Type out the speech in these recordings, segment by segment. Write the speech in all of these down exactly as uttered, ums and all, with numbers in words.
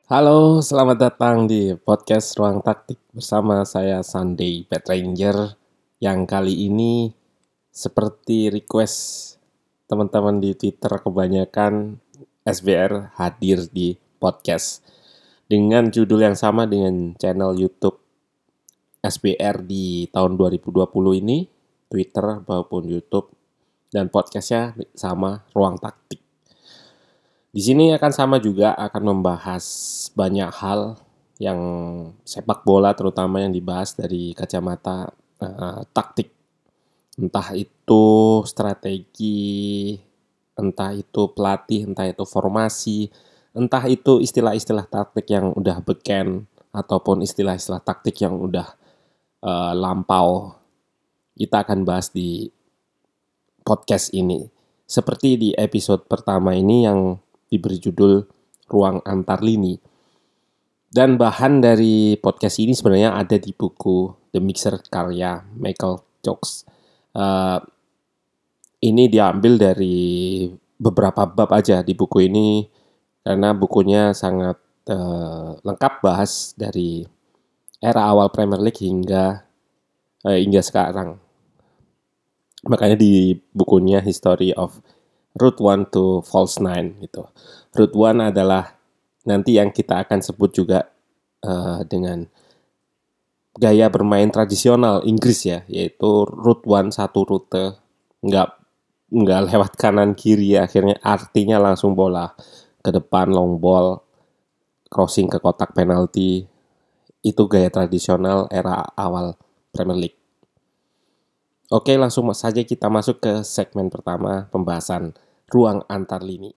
Halo, selamat datang di podcast Ruang Taktik bersama saya Sunday Pet Ranger yang kali ini seperti request teman-teman di Twitter kebanyakan S B R hadir di podcast dengan judul yang sama dengan channel YouTube S B R di tahun dua ribu dua puluh ini, Twitter maupun YouTube, dan podcastnya sama Ruang Taktik. Di sini akan sama juga, akan membahas banyak hal yang sepak bola terutama yang dibahas dari kacamata uh, taktik. Entah itu strategi, entah itu pelatih, entah itu formasi, entah itu istilah-istilah taktik yang udah beken ataupun istilah-istilah taktik yang udah uh, lampau. Kita akan bahas di podcast ini. Seperti di episode pertama ini yang diberi judul Ruang Antar Lini. Dan bahan dari podcast ini sebenarnya ada di buku The Mixer karya Michael Jocks. Uh, ini diambil dari beberapa bab aja di buku ini karena bukunya sangat uh, lengkap, bahas dari era awal Premier League hingga uh, hingga sekarang. Makanya di bukunya History of Route one to False Nine gitu. Route one adalah nanti yang kita akan sebut juga uh, dengan gaya bermain tradisional Inggris ya, yaitu route one, satu rute, nggak nggak lewat kanan kiri, akhirnya artinya langsung bola ke depan, long ball, crossing ke kotak penalti. Itu gaya tradisional era awal Premier League. Oke, langsung saja kita masuk ke segmen pertama, pembahasan ruang antar lini.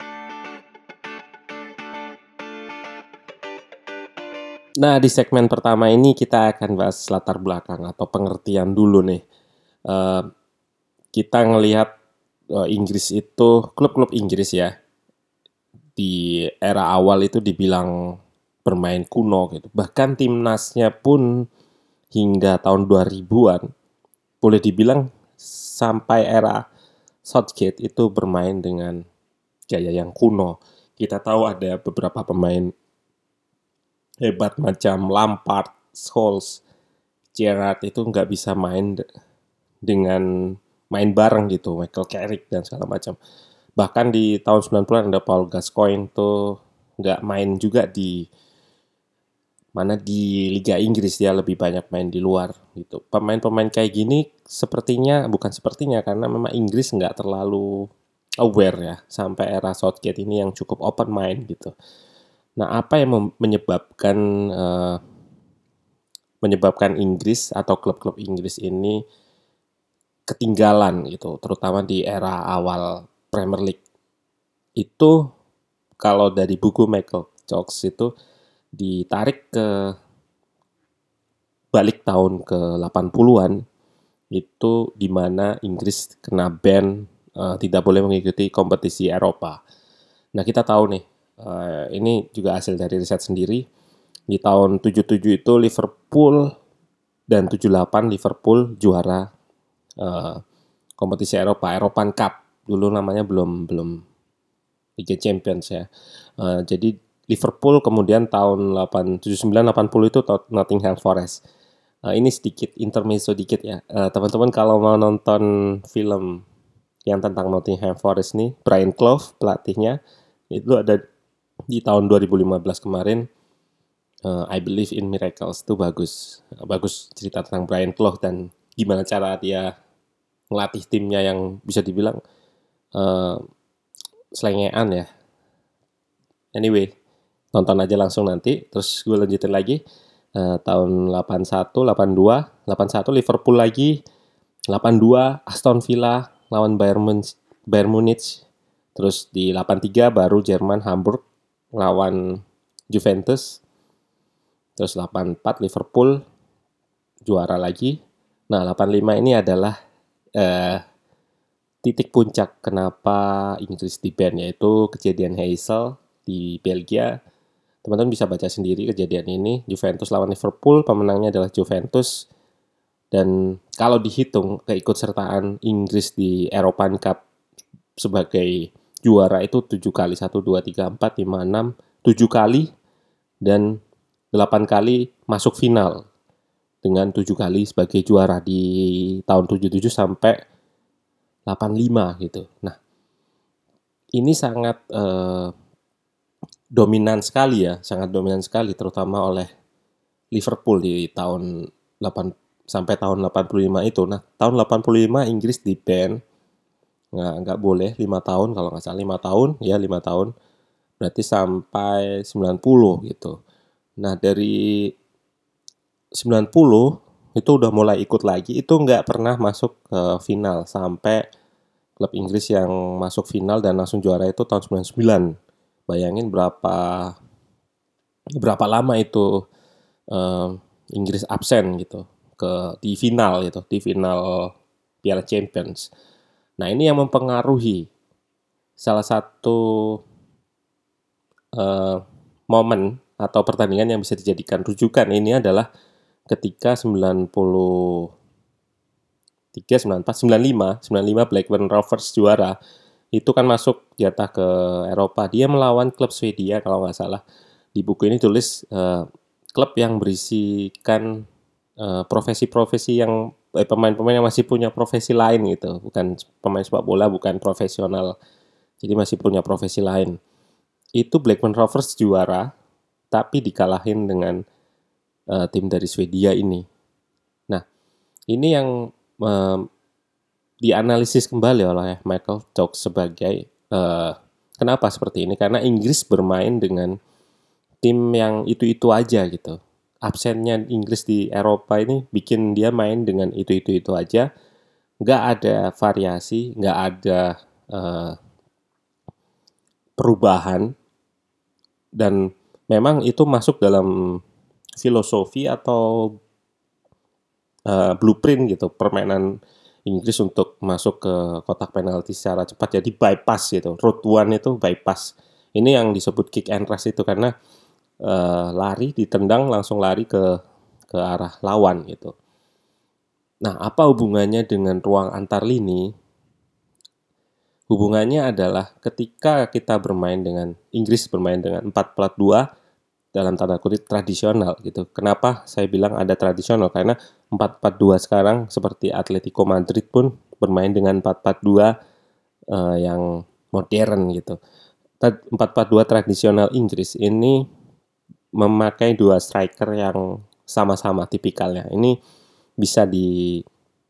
Nah, di segmen pertama ini kita akan bahas latar belakang atau pengertian dulu nih. Uh, kita ngelihat uh, Inggris itu, klub-klub Inggris ya, di era awal itu dibilang bermain kuno gitu. Bahkan timnasnya pun hingga tahun dua ribuan, boleh dibilang sampai era Southgate itu bermain dengan gaya yang kuno. Kita tahu ada beberapa pemain hebat macam Lampard, Scholes, Gerrard itu nggak bisa main dengan main bareng gitu, Michael Carrick dan segala macam. Bahkan di tahun sembilan puluhan ada Paul Gascoigne tuh nggak main juga di mana di Liga Inggris, dia lebih banyak main di luar gitu. Pemain-pemain kayak gini sepertinya, bukan sepertinya, karena memang Inggris nggak terlalu aware ya sampai era Southgate ini yang cukup open mind gitu. Nah, apa yang menyebabkan uh, menyebabkan Inggris atau klub-klub Inggris ini ketinggalan gitu, terutama di era awal Premier League? Itu kalau dari buku Michael Jocks itu ditarik ke balik tahun ke delapan puluhan, itu di mana Inggris kena ban, uh, tidak boleh mengikuti kompetisi Eropa. Nah, kita tahu nih, uh, ini juga hasil dari riset sendiri. Di tahun tujuh puluh tujuh itu Liverpool dan tujuh puluh delapan Liverpool juara uh, kompetisi Eropa, European Cup. Dulu namanya belum belum Liga Champions ya. Uh, jadi Liverpool kemudian tahun tujuh puluh sembilan delapan puluh itu Nottingham Forest. Uh, ini sedikit intermezzo dikit ya. Uh, teman-teman kalau mau nonton film yang tentang Nottingham Forest nih, Brian Clough pelatihnya, itu ada di tahun dua ribu lima belas kemarin. Uh, I Believe in Miracles itu bagus. Uh, bagus cerita tentang Brian Clough dan gimana cara dia ngelatih timnya yang bisa dibilang uh, selengean ya. Anyway, nonton aja langsung nanti. Terus gue lanjutin lagi. Uh, tahun delapan puluh satu, delapan puluh dua, delapan puluh satu Liverpool lagi, delapan puluh dua Aston Villa lawan Bayern Munich, Bayern Munich. Terus di delapan puluh tiga baru Jerman Hamburg lawan Juventus. Terus delapan puluh empat Liverpool juara lagi. Nah, delapan puluh lima ini adalah uh, titik puncak kenapa Inggris di ban, yaitu kejadian Heysel di Belgia. Teman-teman bisa baca sendiri kejadian ini. Juventus lawan Liverpool, pemenangnya adalah Juventus. Dan kalau dihitung keikutsertaan Inggris di European Cup sebagai juara itu tujuh kali, satu, dua, tiga, empat, lima, enam, tujuh kali. dan delapan kali masuk final dengan tujuh kali sebagai juara di tahun tujuh puluh tujuh sampai delapan puluh lima gitu. Nah, ini sangat eh, dominan sekali ya, sangat dominan sekali terutama oleh Liverpool di tahun delapan sampai tahun delapan puluh lima itu. Nah, tahun delapan puluh lima Inggris di ban, nggak nggak boleh lima tahun kalau nggak salah lima tahun ya lima tahun berarti sampai sembilan puluh gitu. Nah, dari sembilan puluh itu udah mulai ikut lagi, itu nggak pernah masuk ke final sampai klub Inggris yang masuk final dan langsung juara itu tahun sembilan puluh sembilan. Bayangin berapa berapa lama itu eh, Inggris absen gitu ke di final gitu, di final Piala Champions. Nah, ini yang mempengaruhi salah satu eh, momen atau pertandingan yang bisa dijadikan rujukan ini adalah ketika sembilan puluh tiga, sembilan puluh empat, sembilan puluh lima, sembilan puluh lima Blackburn Rovers juara. Itu kan masuk jatah ke Eropa. Dia melawan klub Swedia kalau nggak salah. Di buku ini tulis eh, klub yang berisikan eh, profesi-profesi yang eh, pemain-pemain yang masih punya profesi lain gitu. Bukan pemain sepak bola, bukan profesional. Jadi masih punya profesi lain. Itu Blackburn Rovers juara, tapi dikalahin dengan eh, tim dari Swedia ini. Nah, ini yang eh, dianalisis kembali oleh Michael Chock sebagai eh, kenapa seperti ini? Karena Inggris bermain dengan tim yang itu-itu aja gitu. Absennya Inggris di Eropa ini bikin dia main dengan itu-itu-itu aja. Nggak ada variasi, nggak ada eh, perubahan. Dan memang itu masuk dalam filosofi atau eh, blueprint gitu permainan Inggris untuk masuk ke kotak penalti secara cepat. Jadi bypass gitu. Route one itu bypass. Ini yang disebut kick and rush itu karena eh, lari ditendang langsung lari ke ke arah lawan gitu. Nah, apa hubungannya dengan ruang antar lini? Hubungannya adalah ketika kita bermain dengan Inggris bermain dengan empat empat dua dalam tanda kutip tradisional gitu. Kenapa saya bilang ada tradisional? Karena empat empat dua sekarang seperti Atletico Madrid pun bermain dengan empat empat dua eh, yang modern gitu. empat empat dua tradisional Inggris ini memakai dua striker yang sama-sama tipikalnya. Ini bisa dirujuk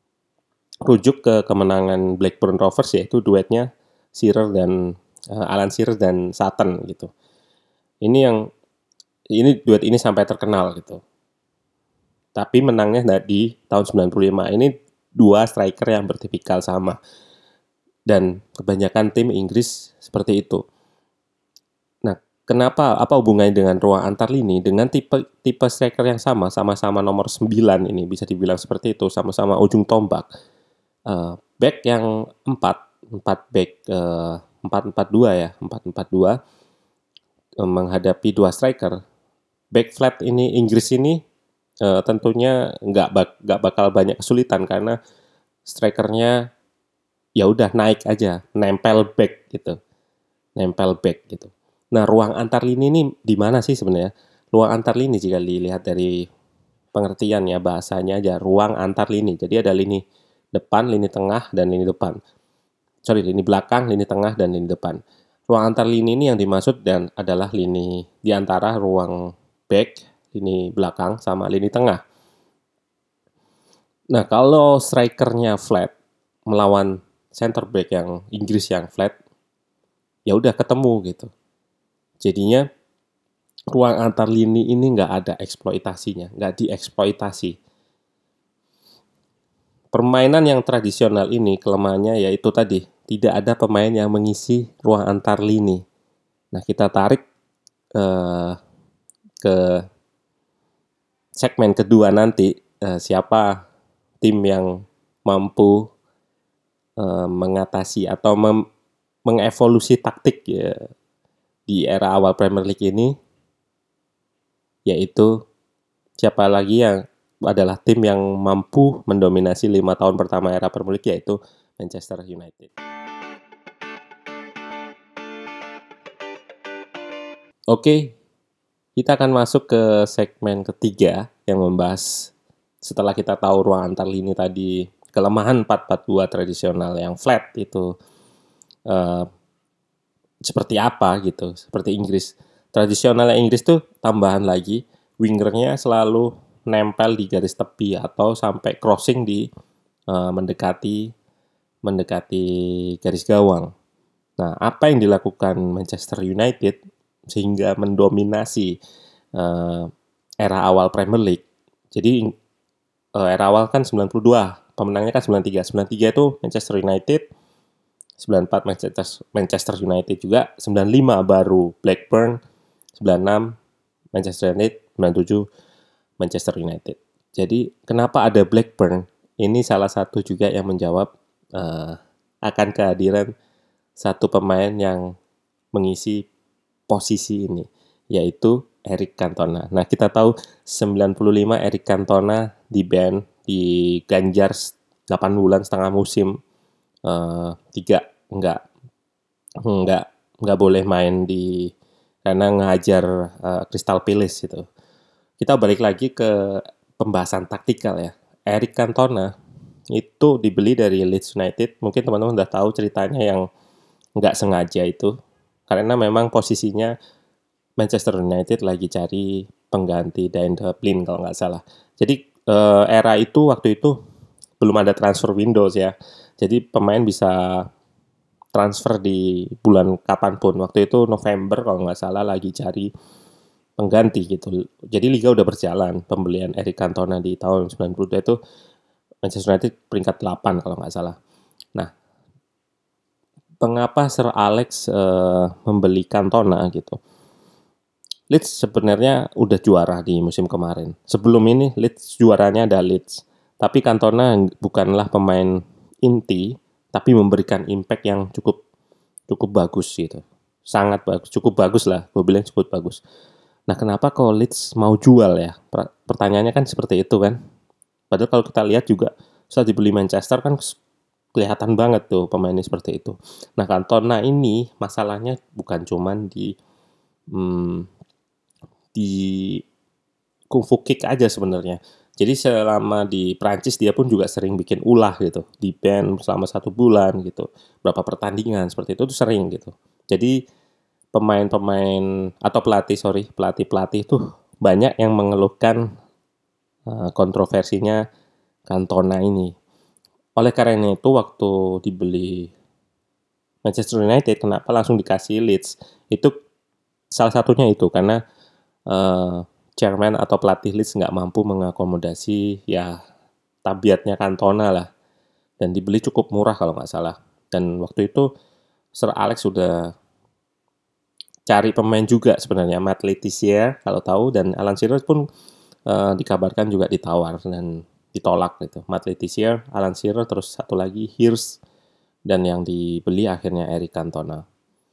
ke kemenangan Blackburn Rovers yaitu duetnya Shearer dan uh, Alan Shearer dan Sutton gitu. Ini yang ini duet ini sampai terkenal gitu. Tapi menangnya di tahun sembilan puluh lima ini dua striker yang bertipikal sama. Dan kebanyakan tim Inggris seperti itu. Nah, kenapa apa hubungannya dengan ruang antar lini dengan tipe tipe striker yang sama, sama-sama nomor sembilan ini bisa dibilang seperti itu, sama-sama ujung tombak. Uh, back yang empat, empat back uh, empat empat dua ya, empat empat dua uh, menghadapi dua striker. Back flat ini Inggris ini uh, tentunya nggak bak nggak bakal banyak kesulitan karena strikernya ya udah naik aja, nempel back gitu, nempel back gitu. Nah, ruang antar lini ini di mana sih sebenarnya? Ruang antar lini jika dilihat dari pengertian ya bahasanya aja, ruang antar lini. Jadi ada lini depan, lini tengah, dan lini depan. Sorry, lini belakang, lini tengah, dan lini depan. Ruang antar lini ini yang dimaksud dan adalah lini di antara ruang back, lini belakang, sama lini tengah. Nah, kalau strikernya flat melawan center back yang Inggris yang flat, ya udah ketemu gitu. Jadinya ruang antar lini ini nggak ada eksploitasinya, nggak dieksploitasi. Permainan yang tradisional ini kelemahannya yaitu tadi tidak ada pemain yang mengisi ruang antar lini. Nah, kita tarik eh, ke segmen kedua nanti eh, siapa tim yang mampu eh, mengatasi atau mem- mengevolusi taktik ya, di era awal Premier League ini, yaitu siapa lagi yang adalah tim yang mampu mendominasi lima tahun pertama era Premier League yaitu Manchester United. Oke, Kita akan masuk ke segmen ketiga yang membahas setelah kita tahu ruang antar lini tadi, kelemahan empat empat dua tradisional yang flat itu uh, seperti apa gitu, seperti Inggris. Tradisionalnya Inggris tuh tambahan lagi, wingernya selalu nempel di garis tepi atau sampai crossing di uh, mendekati mendekati garis gawang. Nah, apa yang dilakukan Manchester United sehingga mendominasi uh, era awal Premier League? Jadi uh, era awal kan sembilan puluh dua, pemenangnya kan sembilan puluh tiga. sembilan puluh tiga itu Manchester United, sembilan puluh empat Manchester, Manchester United juga, sembilan puluh lima baru Blackburn, sembilan puluh enam Manchester United, sembilan puluh tujuh Manchester United. Jadi kenapa ada Blackburn? Ini salah satu juga yang menjawab uh, akan kehadiran satu pemain yang mengisi posisi ini, yaitu Eric Cantona. Nah, kita tahu sembilan puluh lima Eric Cantona di ban, di ganjar delapan bulan setengah musim, uh, tiga enggak enggak enggak boleh main di karena ngajar uh, Crystal Palace itu. Kita balik lagi ke pembahasan taktikal ya. Eric Cantona itu dibeli dari Leeds United. Mungkin teman-teman udah tahu ceritanya yang nggak sengaja itu. Karena memang posisinya Manchester United lagi cari pengganti Dan Dublin kalau nggak salah. Jadi uh, era itu waktu itu belum ada transfer windows ya. Jadi pemain bisa transfer di bulan kapanpun. Waktu itu November kalau nggak salah lagi cari pengganti gitu. Jadi liga udah berjalan. Pembelian Eric Cantona di tahun sembilan puluh dua itu Manchester United peringkat delapan kalau nggak salah. Nah, mengapa Sir Alex uh, membeli Cantona gitu? Leeds sebenarnya udah juara di musim kemarin. Sebelum ini Leeds juaranya ada Leeds. Tapi Cantona bukanlah pemain inti, tapi memberikan impact yang cukup cukup bagus gitu. Sangat bagus, cukup bagus lah. Gue bilang cukup bagus. Nah, kenapa kalau Leeds mau jual ya? Pertanyaannya kan seperti itu kan. Padahal kalau kita lihat juga setelah dibeli Manchester kan kelihatan banget tuh pemainnya seperti itu. Nah, Cantona ini masalahnya bukan cuman di hmm, di kung fu kick aja sebenarnya. Jadi selama di Prancis dia pun juga sering bikin ulah gitu, di ban selama satu bulan gitu, berapa pertandingan seperti itu tuh sering gitu. Jadi pemain-pemain atau pelatih sorry pelatih-pelatih tuh banyak yang mengeluhkan uh, kontroversinya Cantona ini. Oleh karena itu waktu dibeli Manchester United kenapa langsung dikasih Leeds itu salah satunya itu karena uh, chairman atau pelatih Leeds nggak mampu mengakomodasi ya tabiatnya Cantona lah, dan dibeli cukup murah kalau nggak salah. Dan waktu itu Sir Alex sudah cari pemain juga sebenarnya, Matt Letizia kalau tahu, dan Alan Shearer pun uh, dikabarkan juga ditawar dan ditolak gitu. Matt Letizia, Alan Shearer, terus satu lagi Hirsch, dan yang dibeli akhirnya Eric Cantona.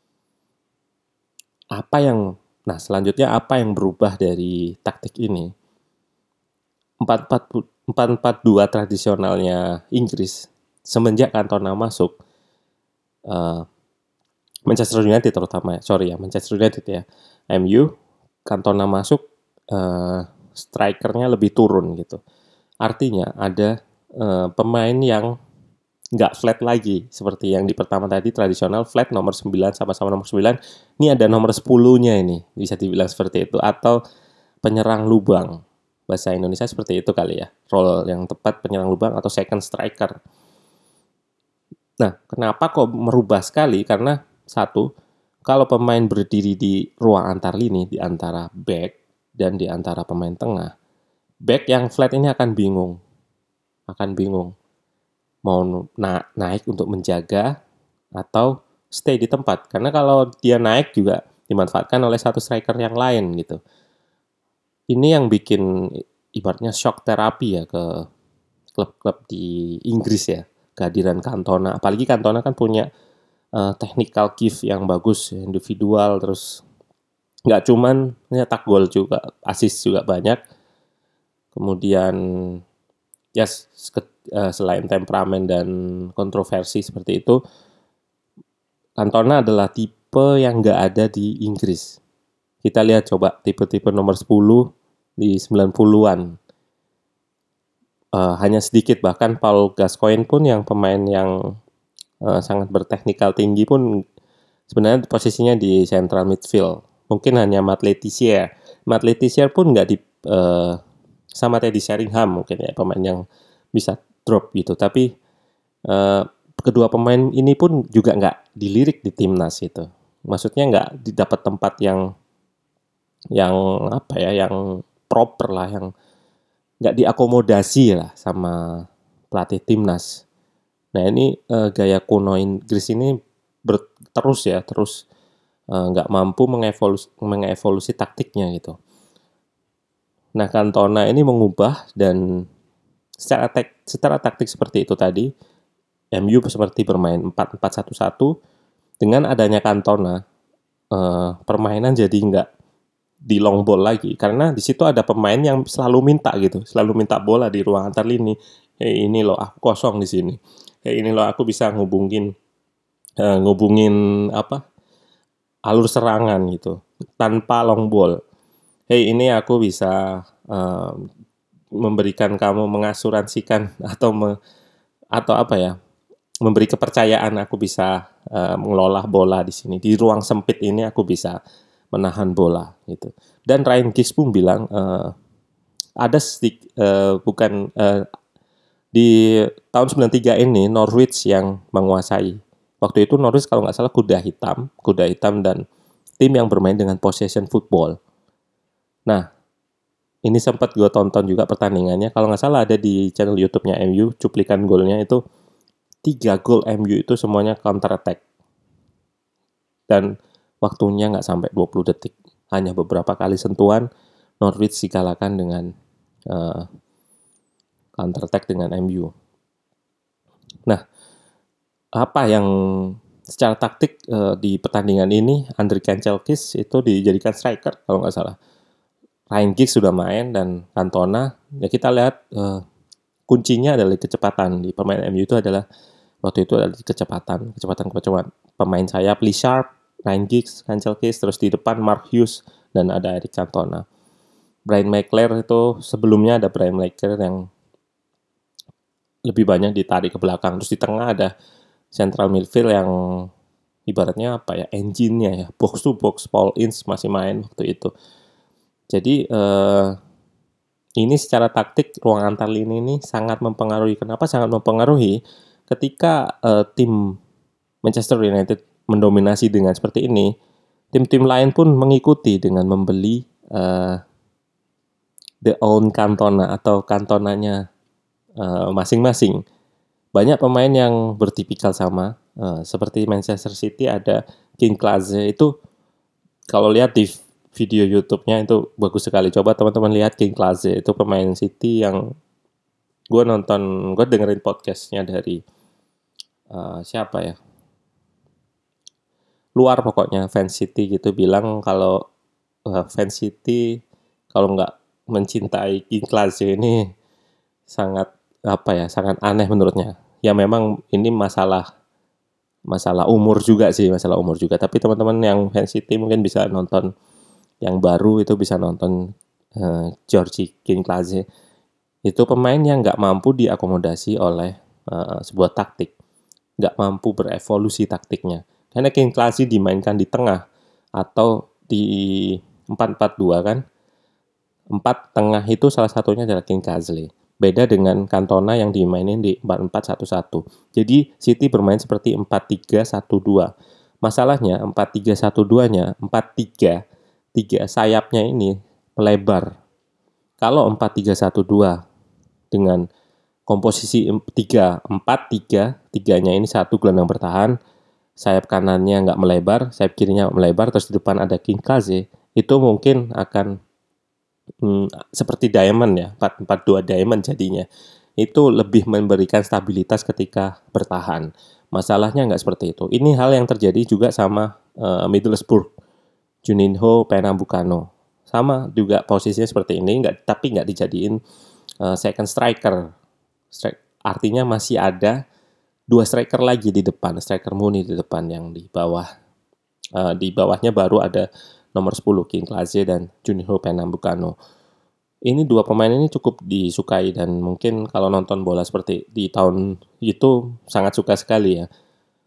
Apa yang Nah, selanjutnya apa yang berubah dari taktik ini? empat empat dua tradisionalnya Inggris semenjak Cantona masuk, uh, Manchester United terutama, sorry ya, Manchester United ya, M U, Cantona masuk, uh, strikernya lebih turun gitu. Artinya ada uh, pemain yang nggak flat lagi seperti yang di pertama tadi tradisional flat nomor sembilan sama-sama nomor sembilan. Ini ada nomor sepuluh-nya ini, bisa dibilang seperti itu, atau penyerang lubang. Bahasa Indonesia seperti itu kali ya. Role yang tepat penyerang lubang atau second striker. Nah, kenapa kok merubah sekali? Karena satu, kalau pemain berdiri di ruang antar lini di antara back dan di antara pemain tengah, back yang flat ini akan bingung. Akan bingung mau na- naik untuk menjaga atau stay di tempat. Karena kalau dia naik juga dimanfaatkan oleh satu striker yang lain gitu. Ini yang bikin ibaratnya shock terapi ya ke klub-klub di Inggris ya, kehadiran Cantona. Apalagi Cantona kan punya uh, technical gift yang bagus, individual, terus nggak cuman nyetak gol juga, assist juga banyak. Kemudian ya yes, uh, selain temperamen dan kontroversi seperti itu, Cantona adalah tipe yang nggak ada di Inggris. Kita lihat coba tipe-tipe nomor sepuluh di sembilan puluhan. Uh, hanya sedikit, bahkan Paul Gascoigne pun yang pemain yang uh, sangat berteknikal tinggi pun sebenarnya posisinya di central midfield. Mungkin hanya Matt Letizier. Matt Letizier pun nggak di uh, sama Teddy Sheringham mungkin ya, pemain yang bisa drop gitu. Tapi uh, kedua pemain ini pun juga nggak dilirik di timnas itu. Maksudnya nggak didapat tempat yang yang apa ya, yang proper lah, yang nggak diakomodasi lah sama pelatih timnas. Nah ini uh, gaya kuno Inggris ini ber, terus ya, terus uh, nggak mampu mengevolusi, mengevolusi taktiknya gitu. Nah Cantona ini mengubah, dan secara, tek, secara taktik seperti itu tadi, M U seperti bermain empat empat satu satu. Dengan adanya Cantona, uh, permainan jadi nggak di long ball lagi, karena di situ ada pemain yang selalu minta gitu, selalu minta bola di ruang antar lini. Hey, ini loh aku kosong di sini. Hey, ini loh aku bisa ngubungin uh, ngubungin apa alur serangan gitu tanpa long ball. Hey, ini aku bisa uh, memberikan kamu, mengasuransikan atau me, atau apa ya, memberi kepercayaan aku bisa uh, mengelola bola di sini, di ruang sempit ini aku bisa menahan bola gitu. Dan Ryan Giggs pun bilang uh, ada stick uh, bukan uh, di tahun sembilan tiga ini Norwich yang menguasai. Waktu itu Norwich kalau nggak salah kuda hitam, kuda hitam dan tim yang bermain dengan possession football. Nah, ini sempat gue tonton juga pertandingannya. Kalau nggak salah ada di channel YouTube-nya M U, cuplikan golnya itu tiga gol M U itu semuanya counter attack. Dan waktunya nggak sampai dua puluh detik. Hanya beberapa kali sentuhan, Norwich dikalahkan dengan uh, counter attack dengan M U. Nah, apa yang secara taktik uh, di pertandingan ini, Andriy Kanchelskis itu dijadikan striker kalau nggak salah. Ryan Giggs sudah main dan Cantona. Ya kita lihat uh, kuncinya adalah kecepatan di pemain M U itu adalah waktu itu adalah kecepatan, kecepatan kecepatan pemain sayap Lee Sharp, Ryan Giggs, Kanchelskis, terus di depan Mark Hughes dan ada Eric Cantona. Brian McClair itu sebelumnya ada Brian McClair yang lebih banyak ditarik ke belakang. Terus di tengah ada central midfield yang ibaratnya apa ya, engine-nya ya, box to box. Paul Ince masih main waktu itu. Jadi eh, ini secara taktik ruang antar lini ini sangat mempengaruhi. Kenapa sangat mempengaruhi? Ketika eh, tim Manchester United mendominasi dengan seperti ini, tim-tim lain pun mengikuti dengan membeli uh, the own Cantona atau Cantonanya uh, masing-masing. Banyak pemain yang bertipikal sama, uh, seperti Manchester City ada King Klose itu. Kalau lihat di video YouTube-nya itu bagus sekali. Coba teman-teman lihat King Klose, itu pemain City yang gue nonton, gue dengerin podcastnya dari uh, siapa ya? Luar pokoknya, fans City gitu, bilang kalau uh, fans City kalau nggak mencintai King Klose ini sangat apa ya, sangat aneh menurutnya. Ya memang ini masalah masalah umur juga sih, masalah umur juga. Tapi teman-teman yang fans City mungkin bisa nonton yang baru, itu bisa nonton uh, Georgie King Klose. Itu pemain yang nggak mampu diakomodasi oleh uh, sebuah taktik, nggak mampu berevolusi taktiknya. Karena King Klose dimainkan di tengah atau di empat empat dua kan. Empat tengah itu salah satunya adalah King Klose. Beda dengan Cantona yang dimainin di empat empat satu satu. Jadi City bermain seperti empat tiga satu dua. Masalahnya empat tiga satu dua-nya, empat tiga, tiga sayapnya ini melebar. Kalau empat tiga satu dua dengan komposisi tiga empat tiga, tiganya ini satu gelandang bertahan, sayap kanannya nggak melebar, sayap kirinya melebar, terus di depan ada King Klose, itu mungkin akan hmm, seperti diamond ya, empat empat dua diamond jadinya. Itu lebih memberikan stabilitas ketika bertahan. Masalahnya nggak seperti itu. Ini hal yang terjadi juga sama uh, Middlesbrough, Juninho Pernambucano. Sama juga posisinya seperti ini, nggak, tapi nggak dijadiin uh, second striker. Stri- artinya masih ada dua striker lagi di depan, striker murni di depan, yang di bawah uh, di bawahnya baru ada nomor sepuluh King Klaze dan Juninho Pernambucano. Ini dua pemain ini cukup disukai dan mungkin kalau nonton bola seperti di tahun itu sangat suka sekali ya.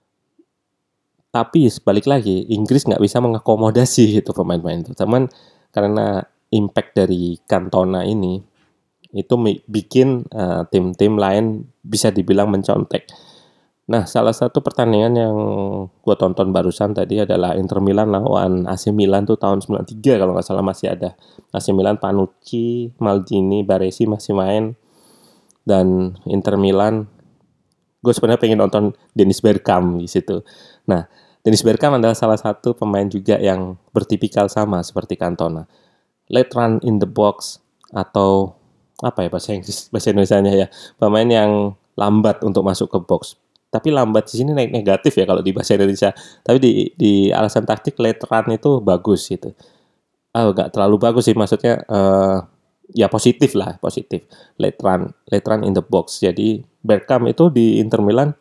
Tapi sebalik lagi, Inggris nggak bisa mengakomodasi itu pemain-pemain itu. Cuman karena impact dari Cantona ini, itu bikin uh, tim-tim lain bisa dibilang mencontek. Nah, salah satu pertandingan yang gue tonton barusan tadi adalah Inter Milan lawan A C Milan tuh tahun sembilan puluh tiga kalau nggak salah masih ada. A C Milan, Panucci, Maldini, Baresi masih main. Dan Inter Milan, gue sebenarnya pengen nonton Dennis Bergkamp di situ. Nah, Dennis Bergkamp adalah salah satu pemain juga yang bertipikal sama seperti Cantona. Late run in the box atau apa ya bahasa Inggris, bahasa Indonesianya ya, pemain yang lambat untuk masuk ke box. Tapi lambat di sini negatif ya kalau di bahasa Indonesia. Tapi di di alasan taktik late run itu bagus gitu. Ah, oh, nggak terlalu bagus sih maksudnya. Uh, ya positif lah, positif. Late run, late run in the box. Jadi Bergkamp itu di Inter Milan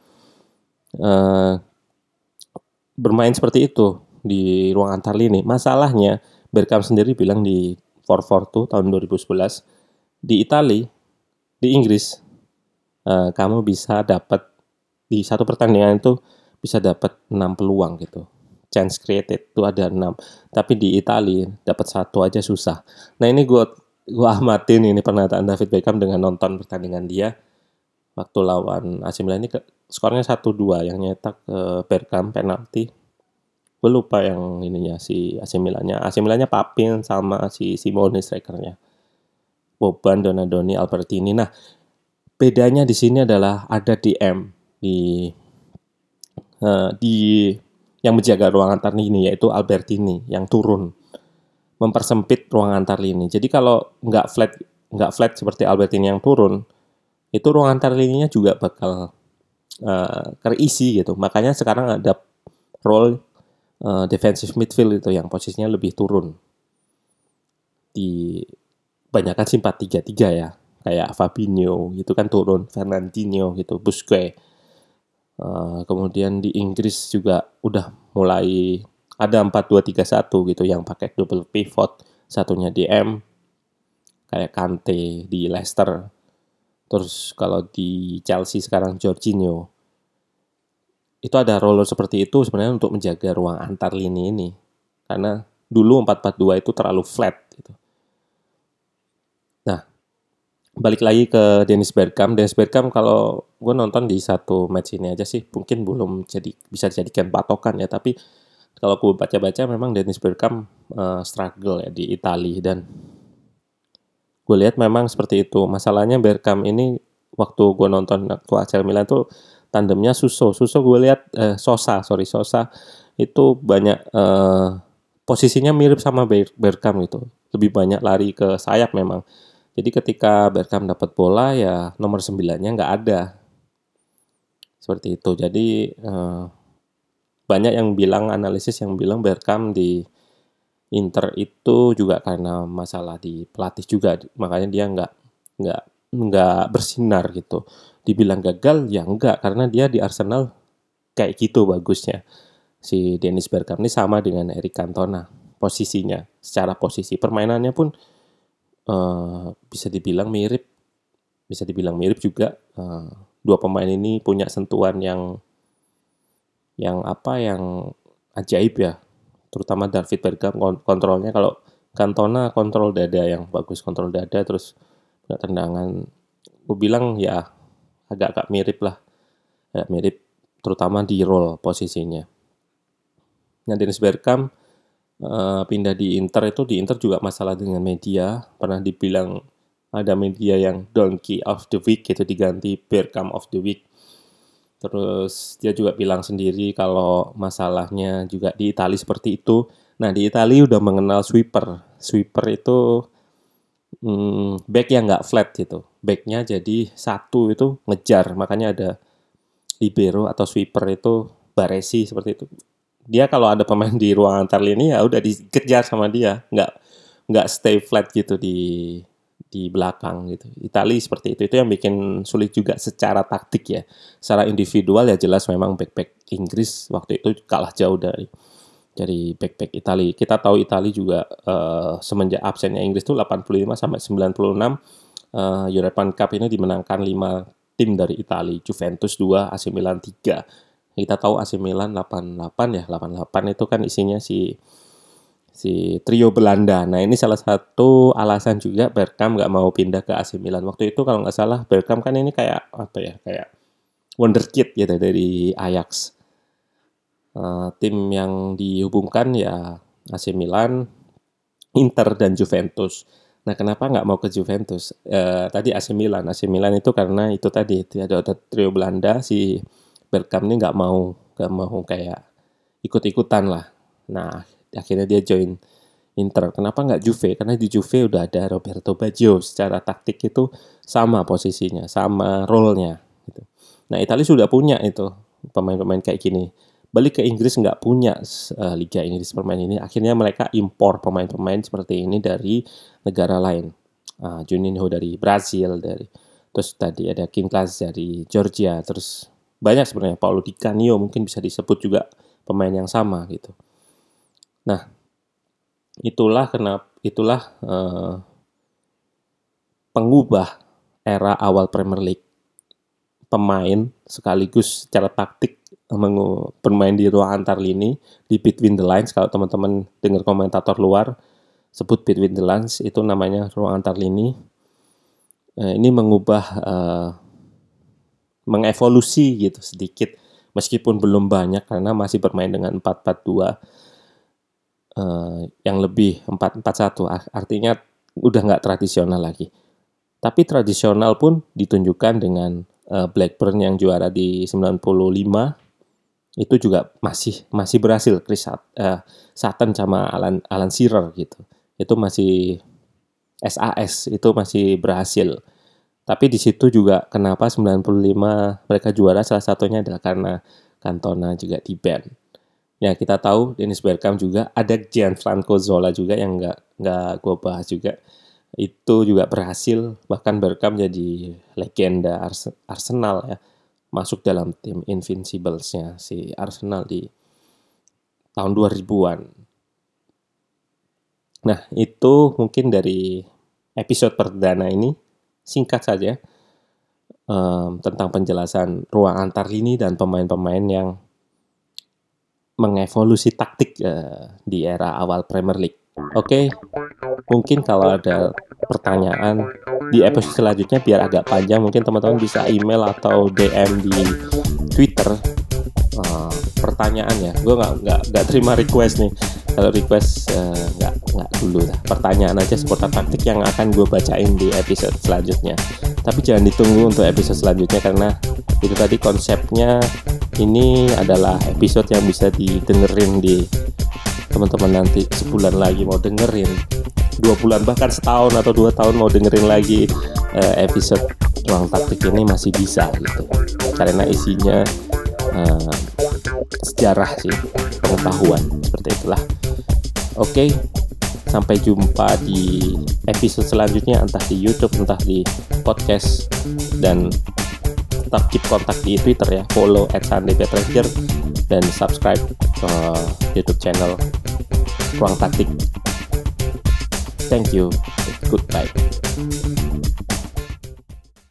uh, bermain seperti itu di ruang antar lini. Masalahnya Bergkamp sendiri bilang di empat empat dua tahun dua ribu sebelas di Italia, di Inggris, uh, kamu bisa dapat di satu pertandingan itu bisa dapat enam peluang gitu. Chance created itu ada enam. Tapi di Italia dapat satu aja susah. Nah, ini gue gue amatin ini pernyataan David Beckham dengan nonton pertandingan dia waktu lawan A C Milan ini, ke, skornya satu dua yang nyetak ke uh, Bergkamp penalti. Gue lupa yang ininya si A C Milannya. A C Milannya Papin sama si Simone strikernya. Boban, Donadoni, Albertini. Nah, bedanya di sini adalah ada D M di uh, di yang menjaga ruang antar lini, yaitu Albertini yang turun mempersempit ruang antar lini. Jadi kalau nggak flat nggak flat seperti Albertini yang turun, itu ruang antar lininya juga bakal uh, terisi gitu. Makanya sekarang ada role uh, defensive midfield itu yang posisinya lebih turun. Di banyakkan sih empat tiga tiga ya. Kayak Fabinho gitu kan turun, Fernandinho gitu, Busquets. Uh, kemudian di Inggris juga udah mulai ada empat dua tiga satu gitu yang pakai double pivot, satunya D M kayak Kante di Leicester. Terus kalau di Chelsea sekarang Jorginho. Itu ada role seperti itu sebenarnya untuk menjaga ruang antar lini ini. Karena dulu empat empat dua itu terlalu flat gitu. Nah, balik lagi ke Dennis Bergkamp. Dennis Bergkamp kalau gue nonton di satu match ini aja sih, mungkin belum jadi bisa dijadikan patokan ya. Tapi kalau gue baca-baca memang Dennis Bergkamp uh, struggle ya di Italia dan gue lihat memang seperti itu. Masalahnya Bergkamp ini waktu gue nonton waktu A C Milan tuh tandemnya Suso. Suso gue lihat eh, Sosa, sorry Sosa itu banyak uh, posisinya mirip sama Bergkamp gitu. Lebih banyak lari ke sayap memang. Jadi ketika Bergkamp dapat bola ya nomor sembilannya nggak ada. Seperti itu. Jadi eh, banyak yang bilang, analisis yang bilang Bergkamp di Inter itu juga karena masalah di pelatih juga. Makanya dia nggak nggak nggak bersinar gitu. Dibilang gagal ya enggak, karena dia di Arsenal kayak gitu bagusnya. Si Dennis Bergkamp ini sama dengan Eric Cantona posisinya. Secara posisi permainannya pun Uh, bisa dibilang mirip, bisa dibilang mirip juga. Uh, dua pemain ini punya sentuhan yang, yang apa, yang ajaib ya. Terutama David Bergkamp kontrolnya, kalau Cantona kontrol dada yang bagus, kontrol dada terus punya tendangan. Gue bilang ya agak-agak mirip lah, agak mirip, terutama di role posisinya. Nah, Dennis Bergkamp Uh, pindah di Inter itu, di Inter juga masalah dengan media. Pernah dibilang ada media yang Donkey of the Week itu diganti Bergkamp of the Week. Terus dia juga bilang sendiri kalau masalahnya juga di Italia seperti itu. Nah, di Italia udah mengenal sweeper. Sweeper itu hmm, back yang nggak flat gitu. Backnya jadi satu itu ngejar. Makanya ada libero atau sweeper itu Baresi seperti itu. Dia kalau ada pemain di ruang antar lini ya udah dikejar sama dia, nggak nggak stay flat gitu di di belakang gitu. Italia seperti itu, itu yang bikin sulit juga secara taktik ya. Secara individual ya jelas memang back-back Inggris waktu itu kalah jauh dari dari back-back Italia. Kita tahu Italia juga uh, semenjak absennya Inggris itu delapan puluh lima sampai sembilan puluh enam uh, European Cup ini dimenangkan lima tim dari Italia, Juventus dua, A C Milan tiga. Kita tahu A C Milan delapan puluh delapan ya, delapan puluh delapan itu kan isinya si si trio Belanda. Nah, ini salah satu alasan juga Bergkamp nggak mau pindah ke A C Milan. Waktu itu kalau nggak salah Bergkamp kan ini kayak apa ya, kayak wonderkid gitu dari Ajax. Uh, tim yang dihubungkan ya A C Milan, Inter, dan Juventus. Nah, kenapa nggak mau ke Juventus? Uh, tadi A C Milan. A C Milan itu karena itu tadi, ada, ada trio Belanda, si Bergkamp ini nggak mau, nggak mau kayak ikut-ikutan lah. Nah, akhirnya dia join Inter. Kenapa nggak Juve? Karena di Juve udah ada Roberto Baggio. Secara taktik itu sama posisinya, sama role-nya. Gitu. Nah, Italia sudah punya itu pemain-pemain kayak gini. Balik ke Inggris nggak punya uh, Liga Inggris pemain ini. Akhirnya mereka impor pemain-pemain seperti ini dari negara lain. Uh, Juninho dari Brazil, dari terus tadi ada Kim Klose dari Georgia, terus banyak sebenarnya. Paulo Di Canio mungkin bisa disebut juga pemain yang sama gitu. Nah, itulah kenapa itulah uh, pengubah era awal Premier League. Pemain sekaligus secara taktik bermain di ruang antar lini, di between the lines. Kalau teman-teman dengar komentator luar sebut between the lines, itu namanya ruang antar lini. Uh, ini mengubah, uh, mengevolusi gitu sedikit, meskipun belum banyak karena masih bermain dengan empat empat dua, uh, yang lebih empat empat satu, artinya udah nggak tradisional lagi. Tapi tradisional pun ditunjukkan dengan uh, Blackburn yang juara di sembilan puluh lima. Itu juga masih masih berhasil. Chris uh, Sutton sama Alan Alan Shearer gitu. Itu masih S A S, itu masih berhasil. Tapi di situ juga kenapa sembilan puluh lima mereka juara, salah satunya adalah karena Cantona juga di-ban. Ya, kita tahu Dennis Bergkamp juga, ada Gianfranco Zola juga yang nggak nggak gue bahas juga. Itu juga berhasil, bahkan Bergkamp jadi legenda Arsenal ya. Masuk dalam tim Invincibles-nya si Arsenal di tahun dua ribuan. Nah, itu mungkin dari episode perdana ini, singkat saja, um, tentang penjelasan ruang antar lini dan pemain-pemain yang mengevolusi taktik uh, di era awal Premier League. Oke, okay, mungkin kalau ada pertanyaan di episode selanjutnya biar agak panjang, mungkin teman-teman bisa email atau D M di Twitter uh, pertanyaan ya. Gue nggak nggak nggak terima request nih. Kalau request uh, nggak nggak dulu lah. Pertanyaan aja seputar taktik yang akan gue bacain di episode selanjutnya. Tapi jangan ditunggu untuk episode selanjutnya karena itu tadi konsepnya ini adalah episode yang bisa didengerin di teman-teman nanti sebulan lagi mau dengerin, dua bulan bahkan setahun atau dua tahun mau dengerin lagi uh, episode ruang taktik ini masih bisa gitu, karena isinya uh, sejarah sih, pengetahuan seperti itulah. Oke, sampai jumpa di episode selanjutnya, entah di YouTube entah di podcast, dan tetap keep kontak di Twitter ya, follow at Sunday Petranger dan subscribe ke YouTube channel Ruang Taktik. Thank you. Goodbye.